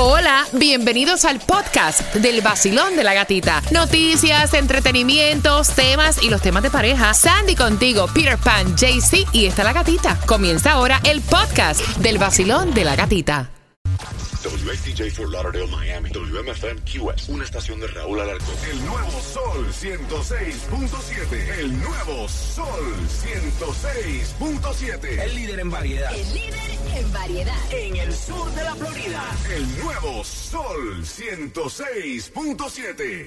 Hola, bienvenidos al podcast del Vacilón de la Gatita. Noticias, entretenimientos, temas y los temas de pareja. Sandy contigo, Peter Pan, JC y está la gatita. Comienza ahora el podcast del Vacilón de la Gatita. WSTJ Fort Lauderdale, Miami. WMFM QS. Una estación de Raúl Alarcón. El nuevo Sol 106.7. El nuevo Sol 106.7. El líder en variedad. El líder en variedad. En el sur de la Florida. El nuevo Sol 106.7.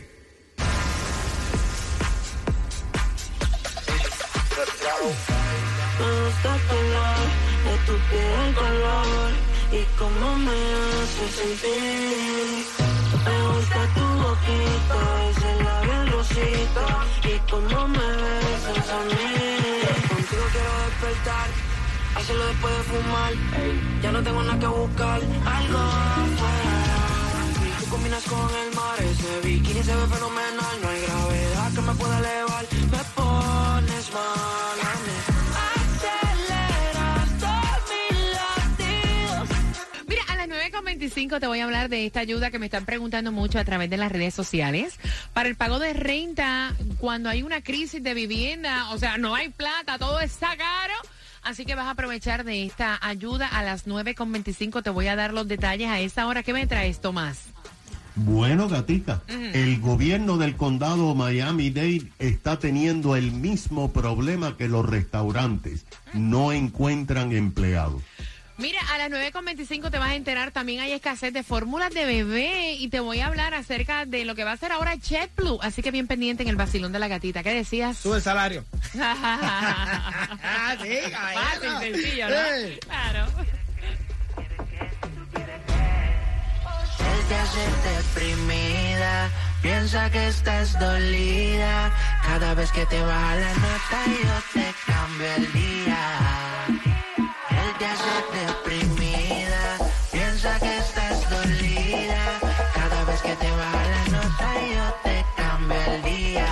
Me gusta el color de tu piel, color y cómo me hace sentir. Me gusta tu boquita, ese labial rosita y cómo me besas a mí. Contigo quiero despertar, hacerlo después de fumar. Ya no tengo nada que buscar, algo afuera. Tú combinas con el mar, ese bikini se ve fenomenal. No hay gravedad que me pueda elevar, me pones mal a mí. Aceleras todos mis latidos. Mira, a las 9:25 te voy a hablar de esta ayuda que me están preguntando mucho a través de las redes sociales para el pago de renta cuando hay una crisis de vivienda. O sea, no hay plata, todo está caro. Así que vas a aprovechar de esta ayuda. A las 9:25 te voy a dar los detalles a esa hora. ¿Qué me traes, Tomás? Bueno, gatita, el gobierno del condado Miami-Dade está teniendo el mismo problema que los restaurantes. No encuentran empleados. Mira, a las 9:25 te vas a enterar, también hay escasez de fórmulas de bebé y te voy a hablar acerca de lo que va a hacer ahora JetBlue. Así que bien pendiente en el Vacilón de la Gatita. ¿Qué decías? Sube el salario. Sí, fácil, sencillo, ¿no? Sí. Claro. Él te hace deprimida, piensa que estás dolida. Cada vez que te baja la nota yo te cambio el día. Él te hace deprimida, piensa que estás dolida. Cada vez que te baja la nota yo te cambio el día.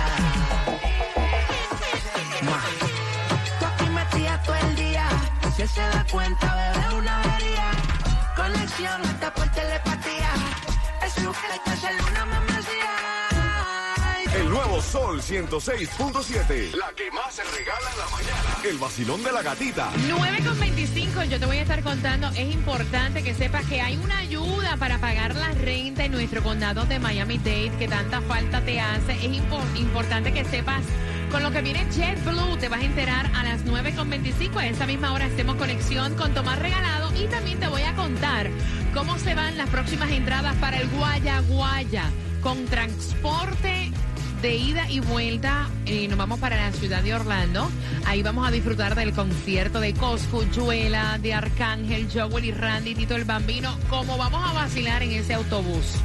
Tú aquí metida todo el día, si él se da cuenta bebé una avería. Conexión hasta por telepatía. Es lo que hay que hacerle una membresía. El nuevo Sol 106.7. La que más se regala en la mañana. El vacilón de la gatita. 9:25, yo te voy a estar contando. Es importante que sepas que hay una ayuda para pagar la renta en nuestro condado de Miami-Dade que tanta falta te hace. Es importante que sepas con lo que viene JetBlue. Te vas a enterar a las 9:25. A esa misma hora hacemos conexión con Tomás Regalado y también te voy a contar cómo se van las próximas entradas para el Guaya Guaya con transporte de ida y vuelta. Nos vamos para la ciudad de Orlando. Ahí vamos a disfrutar del concierto de Cosculluela, de Arcángel, Joel y Randy, Tito el Bambino. Como vamos a vacilar en ese autobús.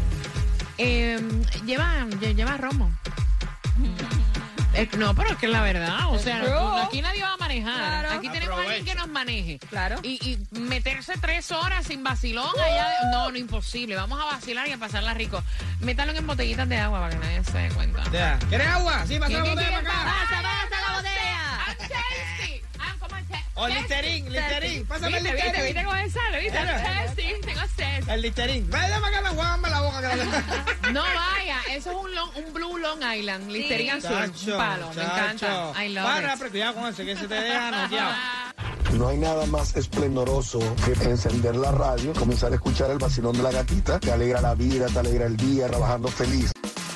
Lleva romo. No, pero es que es la verdad, o sea, aquí nadie va a manejar. Claro. Aquí tenemos a alguien que nos maneje. Claro. Y meterse 3 horas sin vacilón allá. No, imposible. Vamos a vacilar y a pasarla rico. Métalo en botellitas de agua para que nadie se dé cuenta. Ya. ¿Quieres agua? Sí, pasa la botella para acá. Pasa la botella. I'm thirsty. ¿Cómo es? O Listerine. Pásame el Listerine. ¿Viste cómo es sale? ¿Viste? I'm thirsty. Tengo sed. El Listerine. Vaya para acá, me la boca. No vaya, eso es un Blue Long Island. Listerine azul. Un palo. Me encanta. I love it. Pero cuidado con eso, que se te deja noqueado. No hay nada más esplendoroso que encender la radio, comenzar a escuchar el vacilón de la gatita. Te alegra la vida, te alegra el día, trabajando feliz.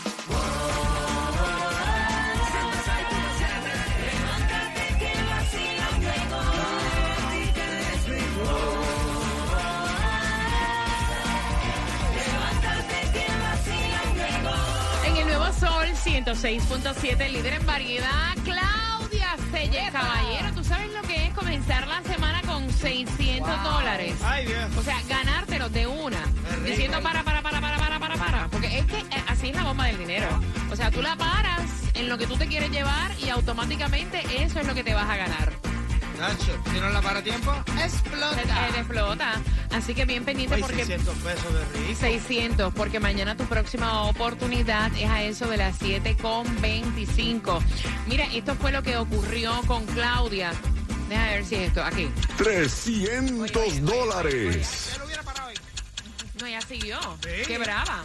En el nuevo Sol 106.7, líder en variedad, Claudia Selle. Caballero, ¿tú sabes lo que es comenzar la semana con $600? Ay, Dios. O sea, ganártelo de una. Diciendo para. Porque es que así es la bomba del dinero. O sea, tú la paras en lo que tú te quieres llevar y automáticamente eso es lo que te vas a ganar. Nacho, si no la para a tiempo, explota. Explota. Así que bien pendiente. Ay, porque 600 pesos de rico. 600, porque mañana tu próxima oportunidad es a eso de las 7:25. Mira, esto fue lo que ocurrió con Claudia. Deja ver si es esto, aquí. $300. Yo lo hubiera parado ahí. No, ella siguió. Sí. Qué brava.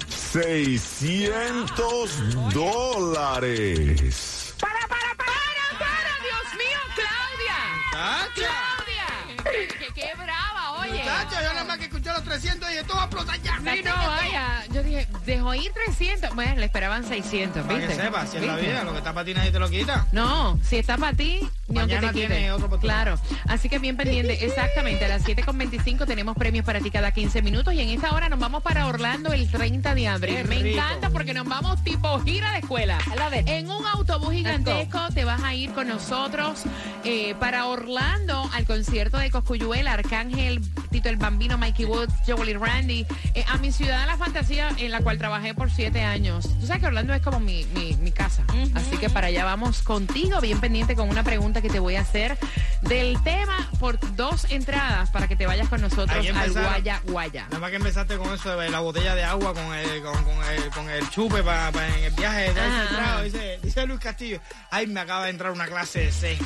$600. ¡Para! ¡Dios mío, Claudia! ¡Muchacha! ¡Claudia! ¡Qué brava, oye! Muchacha, yo nada más que escuché los 300 y esto va a explotar ya. Sí, no, vaya. Yo dije, dejó ir 300. Bueno, le esperaban 600, Para ¿viste? que sepas, si es la ¿Viste? vida, lo que está para ti nadie te lo quita. No, si está para ti, ni aunque te Mañana quite. tiene otra oportunidad. Claro, así que bien pendiente. Exactamente, a las 7:25 tenemos premios para ti cada 15 minutos y en esta hora nos vamos para Orlando el 30 de abril. Qué Me rico. encanta porque nos vamos tipo gira de escuela. En un autobús gigantesco te vas a ir con nosotros para Orlando al concierto de Cosculluel, Arcángel, Tito el Bambino, Mikey Woods, Joel y Randy, a mi ciudad de la fantasía en la cual trabajé por 7 años. Tú sabes que Orlando es como mi casa. Así que para allá vamos contigo, bien pendiente con una pregunta que te voy a hacer del tema por 2 entradas para que te vayas con nosotros Hay que al empezar. Guaya Guaya. Nada más que empezaste con eso de la botella de agua con el chupe para en el viaje de Ajá. centrado. Dice Luis Castillo, ay, me acaba de entrar una clase de C.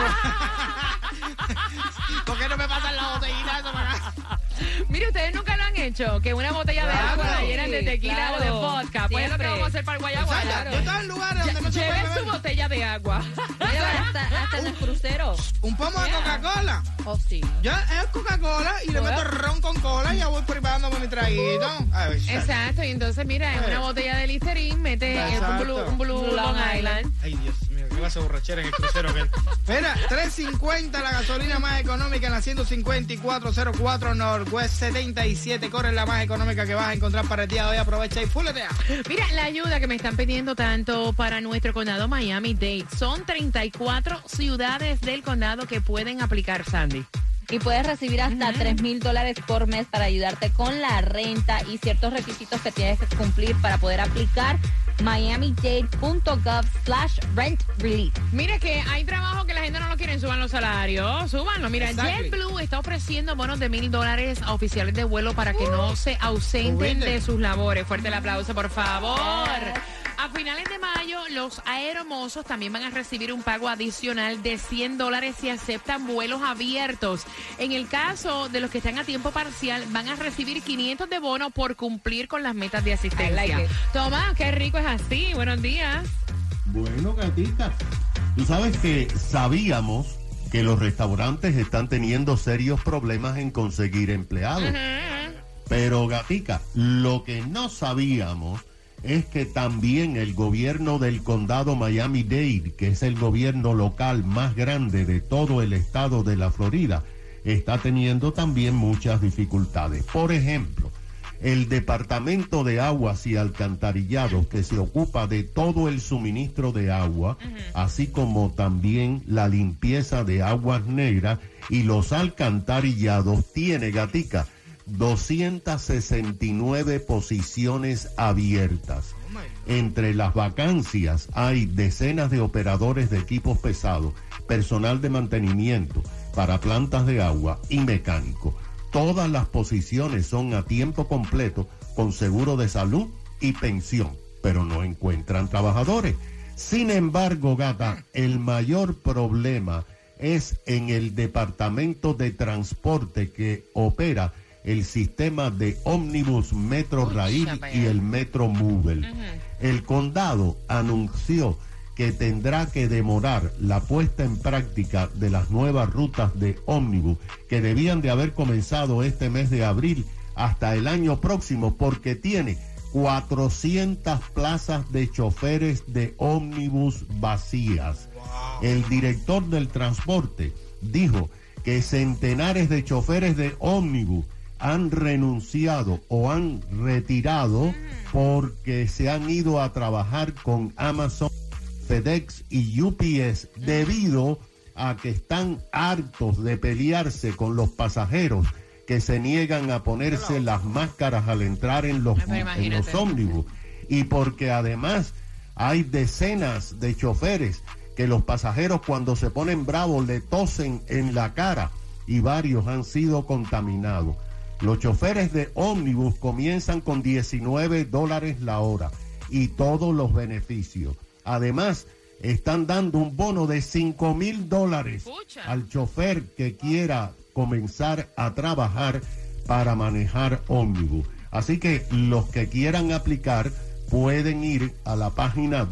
¿Por qué no me pasan la botellita esa para acá? Mire, ustedes nunca lo han hecho, que una botella de Claro. agua la llenan de tequila Claro. o de vodka. Pues es lo que Siempre. vamos a hacer para el Guaya Muchacha, Guaya. yo estaba en lugares donde no se puede Lleven su beber. botella de agua. Mira, hasta en el crucero. Un pomo de Yeah. Coca-Cola. Oh, sí. Yo es Coca-Cola y le meto ron con cola y ya voy preparándome mi traguito. Ay, Exacto, y entonces mira, en una botella de Listerine mete Exacto. un Blue Long Island. Ay, Dios mío, qué clase de borrachera en el crucero aquel. Espera, 3.50 la gasolina más económica en la 15404 Northwest 77. Corre la más económica que vas a encontrar para el día de hoy. Aprovecha y fuletea. Mira, la ayuda que me están pidiendo tanto para nuestro condado Miami-Dade. Son 34 ciudades del condado que pueden aplicar, Sandy. Y puedes recibir hasta $3,000 por mes para ayudarte con la renta y ciertos requisitos que tienes que cumplir para poder aplicar. miamidade.gov/rent relief. Mira que hay trabajo que la gente no lo quiere, suban los salarios, súbanlo. Mira, Exactly. JetBlue está ofreciendo bonos de $1,000 a oficiales de vuelo para que no se ausenten Ubite. de sus labores. Fuerte el aplauso, por favor. A finales de mayo, los aeromosos también van a recibir un pago adicional de $100 si aceptan vuelos abiertos. En el caso de los que están a tiempo parcial, van a recibir $500 de bono por cumplir con las metas de asistencia. I like it. Tomás, qué rico es así. Buenos días. Bueno, gatita, tú sabes que sabíamos que los restaurantes están teniendo serios problemas en conseguir empleados. Pero, gatica, lo que no sabíamos es que también el gobierno del condado Miami-Dade, que es el gobierno local más grande de todo el estado de la Florida, está teniendo también muchas dificultades. Por ejemplo, el Departamento de Aguas y Alcantarillados, que se ocupa de todo el suministro de agua, así como también la limpieza de aguas negras y los alcantarillados, tiene, gatica, 269 posiciones abiertas. Entre las vacancias hay decenas de operadores de equipos pesados, personal de mantenimiento para plantas de agua y mecánico. Todas las posiciones son a tiempo completo con seguro de salud y pensión, pero no encuentran trabajadores. Sin embargo, gata, el mayor problema es en el Departamento de Transporte que opera el sistema de ómnibus Metro Rail y el Metro Mover. El condado anunció que tendrá que demorar la puesta en práctica de las nuevas rutas de ómnibus que debían de haber comenzado este mes de abril hasta el año próximo porque tiene 400 plazas de choferes de ómnibus vacías. El director del transporte dijo que centenares de choferes de ómnibus han renunciado o han retirado porque se han ido a trabajar con Amazon, FedEx y UPS debido a que están hartos de pelearse con los pasajeros que se niegan a ponerse las máscaras al entrar en los ómnibus y porque además hay decenas de choferes que los pasajeros cuando se ponen bravos le tosen en la cara y varios han sido contaminados. Los choferes de ómnibus comienzan con $19 la hora y todos los beneficios. Además, están dando un bono de $5,000 al chofer que quiera comenzar a trabajar para manejar ómnibus. Así que los que quieran aplicar pueden ir a la página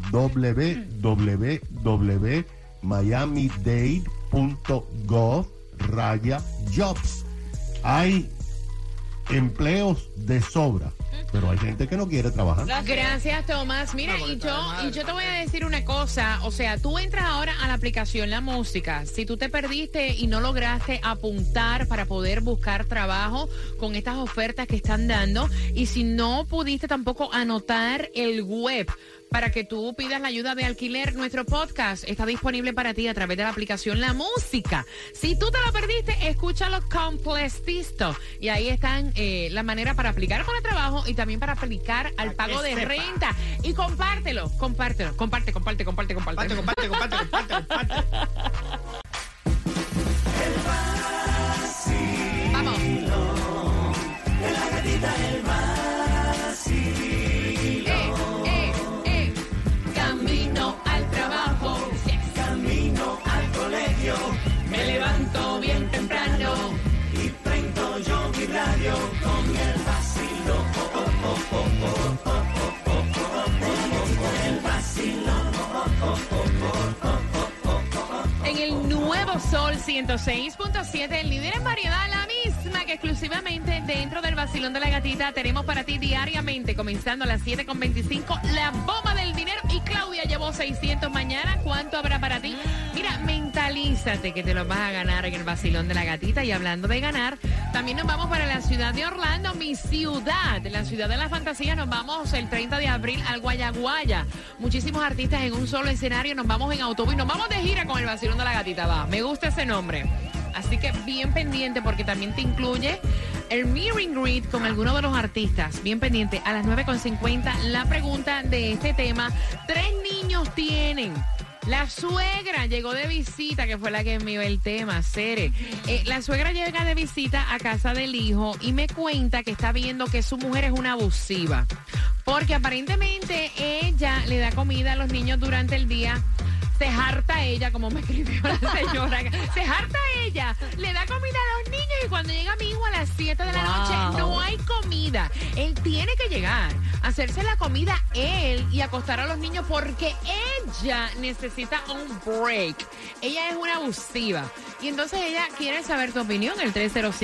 www.miamidade.gov/jobs. Hay empleos de sobra, pero hay gente que no quiere trabajar. Gracias, Tomás. Mira, y yo te voy a decir una cosa. O sea, tú entras ahora a la aplicación La Música. Si tú te perdiste y no lograste apuntar para poder buscar trabajo con estas ofertas que están dando, y si no pudiste tampoco anotar el web para que tú pidas la ayuda de alquiler, nuestro podcast está disponible para ti a través de la aplicación La Música. Si tú te lo perdiste, escúchalo completito. Y ahí están la manera para aplicar para el trabajo y también para aplicar al pago de renta. Y compártelo. Comparte. Vamos. La gatita del Camino al trabajo, camino al colegio, me levanto bien temprano. y prendo yo mi radio con el vacilo. El vacilo. En el nuevo Sol 106.7, el líder en variedad, la misma que exclusivamente dentro del vacilón de la gatita tenemos para ti diariamente, comenzando a las 7:25, la bomba del dinero. Y Claudia llevó 600 mañana. ¿Cuánto habrá para ti? Mira, mentalízate que te lo vas a ganar en el vacilón de la gatita. Y hablando de ganar, también nos vamos para la ciudad de Orlando, mi ciudad, la ciudad de la fantasía. Nos vamos el 30 de abril al Guayaguaya. Muchísimos artistas en un solo escenario. Nos vamos en autobús, nos vamos de gira con el vacilón de la gatita. Va, me gusta ese nombre. Así que bien pendiente porque también te incluye el meet and greet con alguno de los artistas. Bien pendiente, a las 9:50 la pregunta de este tema. 3 niños tienen. La suegra llegó de visita, que fue la que envió el tema, Cere. La suegra llega de visita a casa del hijo y me cuenta que está viendo que su mujer es una abusiva. Porque aparentemente ella le da comida a los niños durante el día. Se harta ella, como me escribió la señora. Se harta ella, le da comida a los niños y cuando llega mi hijo a las 7 de la noche no hay comida. Él tiene que llegar, hacerse la comida él y acostar a los niños porque ella necesita un break. Ella es una abusiva. Y entonces ella quiere saber tu opinión, el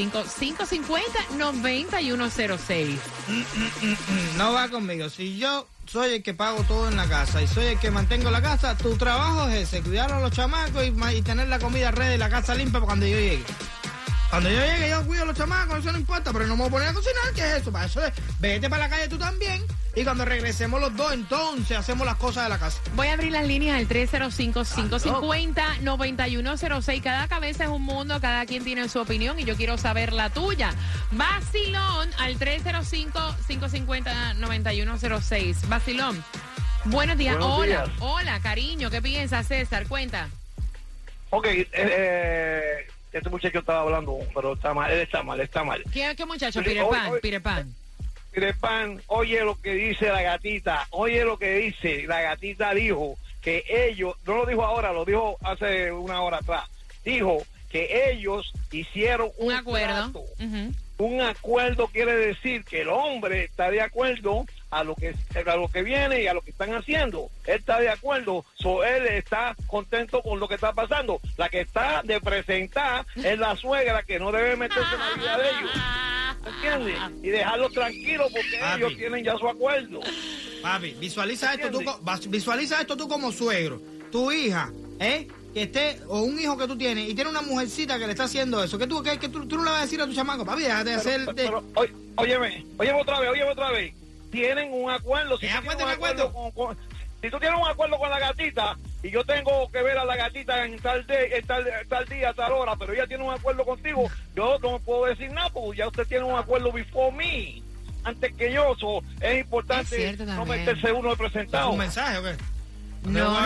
305-550-9106. No va conmigo. Si yo soy el que pago todo en la casa y soy el que mantengo la casa, tu trabajo es ese, cuidar a los chamacos y tener la comida ready y la casa limpia para cuando yo llegue. Cuando yo llegue, yo cuido a los chamacos, eso no importa, pero no me voy a poner a cocinar, ¿qué es eso? Para eso es, vete para la calle tú también. Y cuando regresemos los dos, entonces hacemos las cosas de la casa. Voy a abrir las líneas al 305-550-9106. Cada cabeza es un mundo, cada quien tiene su opinión y yo quiero saber la tuya. Vacilón al 305-550-9106. Vacilón. Buenos días. Hola, cariño. ¿Qué piensas, César? Cuenta. Ok, este muchacho estaba hablando, pero está mal, él está mal. ¿Qué muchacho? Pirepan. Oye lo que dice la gatita, la gatita dijo que ellos, no lo dijo ahora, lo dijo hace una hora atrás, dijo que ellos hicieron un acuerdo. Un acuerdo quiere decir que el hombre está de acuerdo a lo que viene y a lo que están haciendo. Él está de acuerdo, él está contento con lo que está pasando. La que está de presentar es la suegra, que no debe meterse en la vida de ellos. ¿Entiendes? Y dejarlos tranquilos porque ellos tienen ya su acuerdo. Papi, visualiza esto tú como suegro. Tu hija, que esté, o un hijo que tú tienes, y tiene una mujercita que le está haciendo eso. Que tú no le vas a decir a tu chamaco, papi, déjate de hacer... Óyeme otra vez. Tienen un acuerdo. Si tú tienes un acuerdo con la gatita, y yo tengo que ver a la gatita en tal día, tal hora, pero ella tiene un acuerdo contigo, yo no puedo decir nada, porque ya usted tiene un acuerdo before me, antes que yo. Es importante no meterse uno de presentado. ¿Un mensaje o qué? No.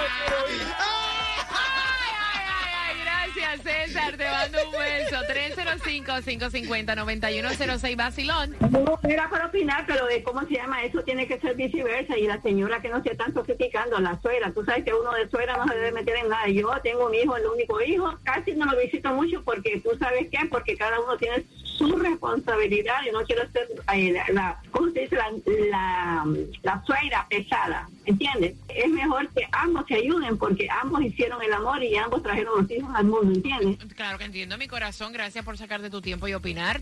Gracias, César. Te mando un beso. 305-550-9106, vacilón. No era para opinar, pero de cómo se llama eso tiene que ser viceversa. Y la señora que no se están sofisticando, la suegra. Tú sabes que uno de suegra no se debe meter en nada. Yo tengo mi hijo, el único hijo. Casi no lo visito mucho porque tú sabes qué, porque cada uno tiene su responsabilidad. Yo no quiero ser ¿cómo se dice? La suegra pesada. ¿Entiendes? Es mejor que ambos se ayuden porque ambos hicieron el amor y ambos trajeron los hijos al mundo. ¿Entiendes? Claro que entiendo, mi corazón. Gracias por sacar de tu tiempo y opinar.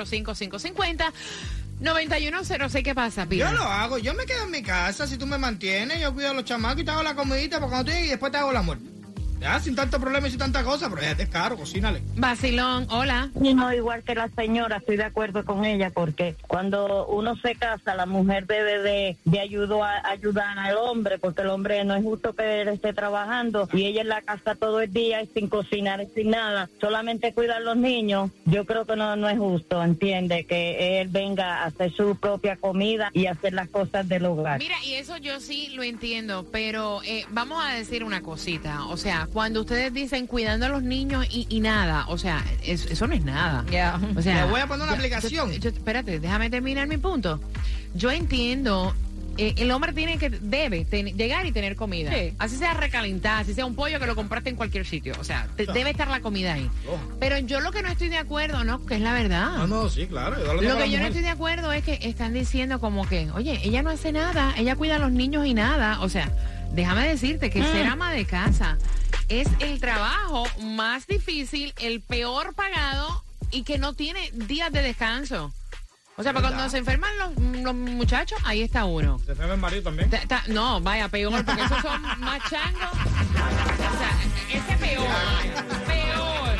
305-550-9106. ¿Qué pasa, Pira? Yo lo hago. Yo me quedo en mi casa. Si tú me mantienes, yo cuido a los chamacos y te hago la comidita porque cuando y después te hago el amor. Ya, sin tanto problema y sin tanta cosa, pero ya es caro, cocínale. Vacilón, hola. No, igual que la señora, estoy de acuerdo con ella, porque cuando uno se casa, la mujer debe de ayudar al hombre, porque el hombre no es justo que él esté trabajando y ella en la casa todo el día y sin cocinar y sin nada, solamente cuidar a los niños. Yo creo que no es justo, entiende, que él venga a hacer su propia comida y hacer las cosas del hogar. Mira, y eso yo sí lo entiendo, pero vamos a decir una cosita, o sea, cuando ustedes dicen cuidando a los niños y nada, o sea, eso no es nada. Yeah. O sea, le voy a poner una aplicación. Espérate, déjame terminar mi punto. Yo entiendo, el hombre debe llegar y tener comida. Sí. Así sea recalentada, así sea un pollo que lo compraste en cualquier sitio. O sea, debe estar la comida ahí. Pero yo lo que no estoy de acuerdo, ¿no? Que es la verdad. No, sí, claro. Lo que yo no estoy de acuerdo es que están diciendo como que, oye, ella no hace nada, ella cuida a los niños y nada. O sea, déjame decirte que ser ama de casa es el trabajo más difícil, el peor pagado y que no tiene días de descanso. O sea, para cuando se enferman los muchachos, ahí está uno. ¿Se enferma el marido también? No, vaya, peor, porque esos son más changos. O sea, ese es peor. Peor.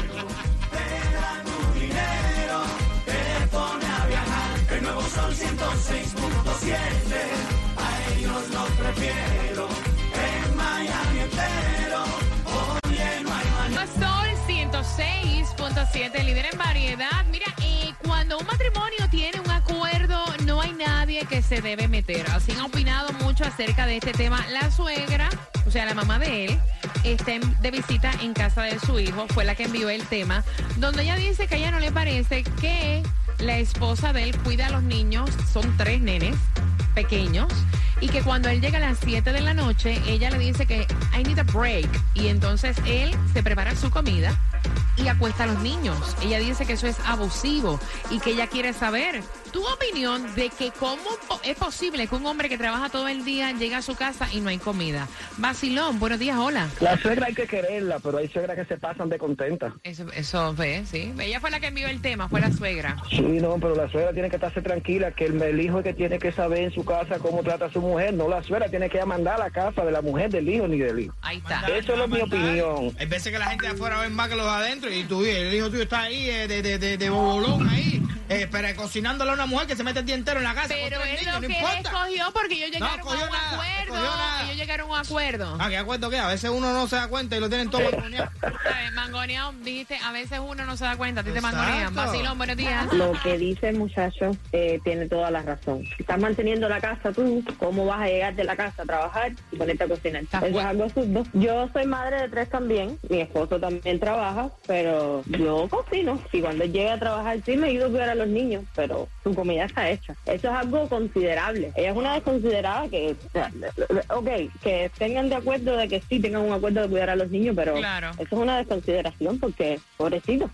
Te pone a viajar. El nuevo Sol 106.7. A ellos los prefiero. En Miami entero. Oye, no hay manera. Sol 106.7, líder en variedad. Mira, cuando un matrimonio tiene un acuerdo, no hay nadie que se debe meter. Así han opinado mucho acerca de este tema. La suegra, o sea, la mamá de él, está de visita en casa de su hijo. Fue la que envió el tema, donde ella dice que a ella no le parece que la esposa de él cuida a los niños. Son 3 nenes pequeños. Y que cuando él llega a las 7 de la noche, ella le dice que I need a break. Y entonces él se prepara su comida y acuesta a los niños. Ella dice que eso es abusivo y que ella quiere saber tu opinión de que cómo es posible que un hombre que trabaja todo el día llegue a su casa y no hay comida. Vacilón, buenos días, hola. La suegra hay que quererla, pero hay suegras que se pasan de contenta. Eso ve, sí. Ella fue la que envió el tema, fue la suegra. Sí, no, pero la suegra tiene que estarse tranquila, que el hijo es que tiene que saber en su casa cómo trata a su mujer, no la suegra tiene que mandar a la casa de la mujer, del hijo ni del hijo. Ahí está. Eso es mi opinión. Hay veces que la gente de afuera ven más que los de adentro y el hijo tuyo está ahí de bobolón ahí, pero cocinándole a una mujer que se mete el día entero en la casa. Pero es lo que él escogió porque ellos llegaron a un acuerdo. Ellos llegaron a un acuerdo. ¿Qué acuerdo qué? A veces uno no se da cuenta y lo tienen todo mangoneado. Mangoneado, dijiste, a veces uno no se da cuenta, a ti te mangonean. Vacilón, buenos días. Lo que dice el muchacho tiene toda la razón. Si estás manteniendo la casa tú, ¿cómo vas a llegar de la casa a trabajar y ponerte a cocinar? Eso es algo absurdo. Yo soy madre de 3 también, mi esposo también trabaja, pero yo cocino. Y cuando él llega a trabajar, sí me ayudo a cuidar a los niños, pero su comida está hecha. Eso es algo considerable. Ella es una desconsiderada que, que tengan de acuerdo de que sí tengan un acuerdo de cuidar a los niños, pero claro, eso es una desconsideración porque, pobrecito.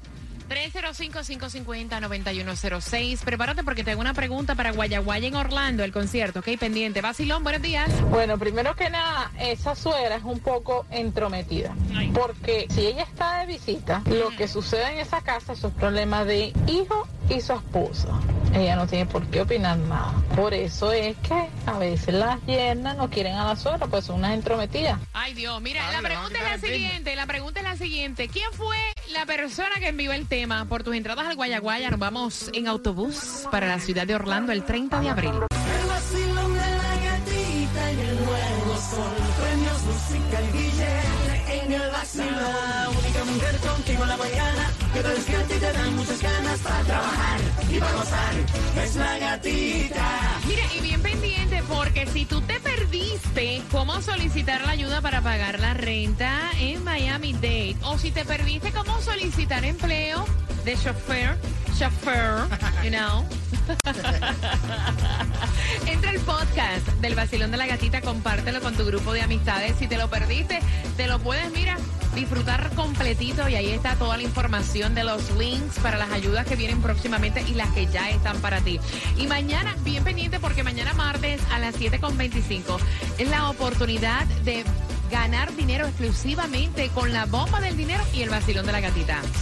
305-550-9106. Prepárate porque tengo una pregunta para Guayaguaya en Orlando, el concierto, ¿ok? Pendiente. Vacilón, buenos días. Bueno, primero que nada, esa suegra es un poco entrometida. Porque si ella está de visita, lo que sucede en esa casa es un problema de hijo y su esposa. Ella no tiene por qué opinar nada. Por eso es que a veces las yernas no quieren a la suegra, pues son unas entrometidas. Ay, Dios, mira, la pregunta es la siguiente. ¿Quién fue la persona que envió el tema? Por tus entradas al Guayaguaya, nos vamos en autobús para la ciudad de Orlando el 30 de abril. El vacilón de la gatita y el nuevo Sol. Premios, música y billete en el vacilón. La única mujer contigo en la mañana que te despierta y te dan muchas ganas para trabajar y para gozar. Es la gatita. Mira, y bien pendiente porque si tú te perdiste cómo solicitar la ayuda para pagar la renta en Miami-Dade o si te perdiste cómo solicitar empleo de chauffeur, you know. Entra al podcast del Vacilón de la Gatita, compártelo con tu grupo de amistades. Si te lo perdiste, te lo puedes, disfrutar completito y ahí está toda la información de los links para las ayudas que vienen próximamente y las que ya están para ti. Y mañana, bien pendiente, porque mañana martes a las 7:25 es la oportunidad de ganar dinero exclusivamente con la bomba del dinero y el Vacilón de la Gatita.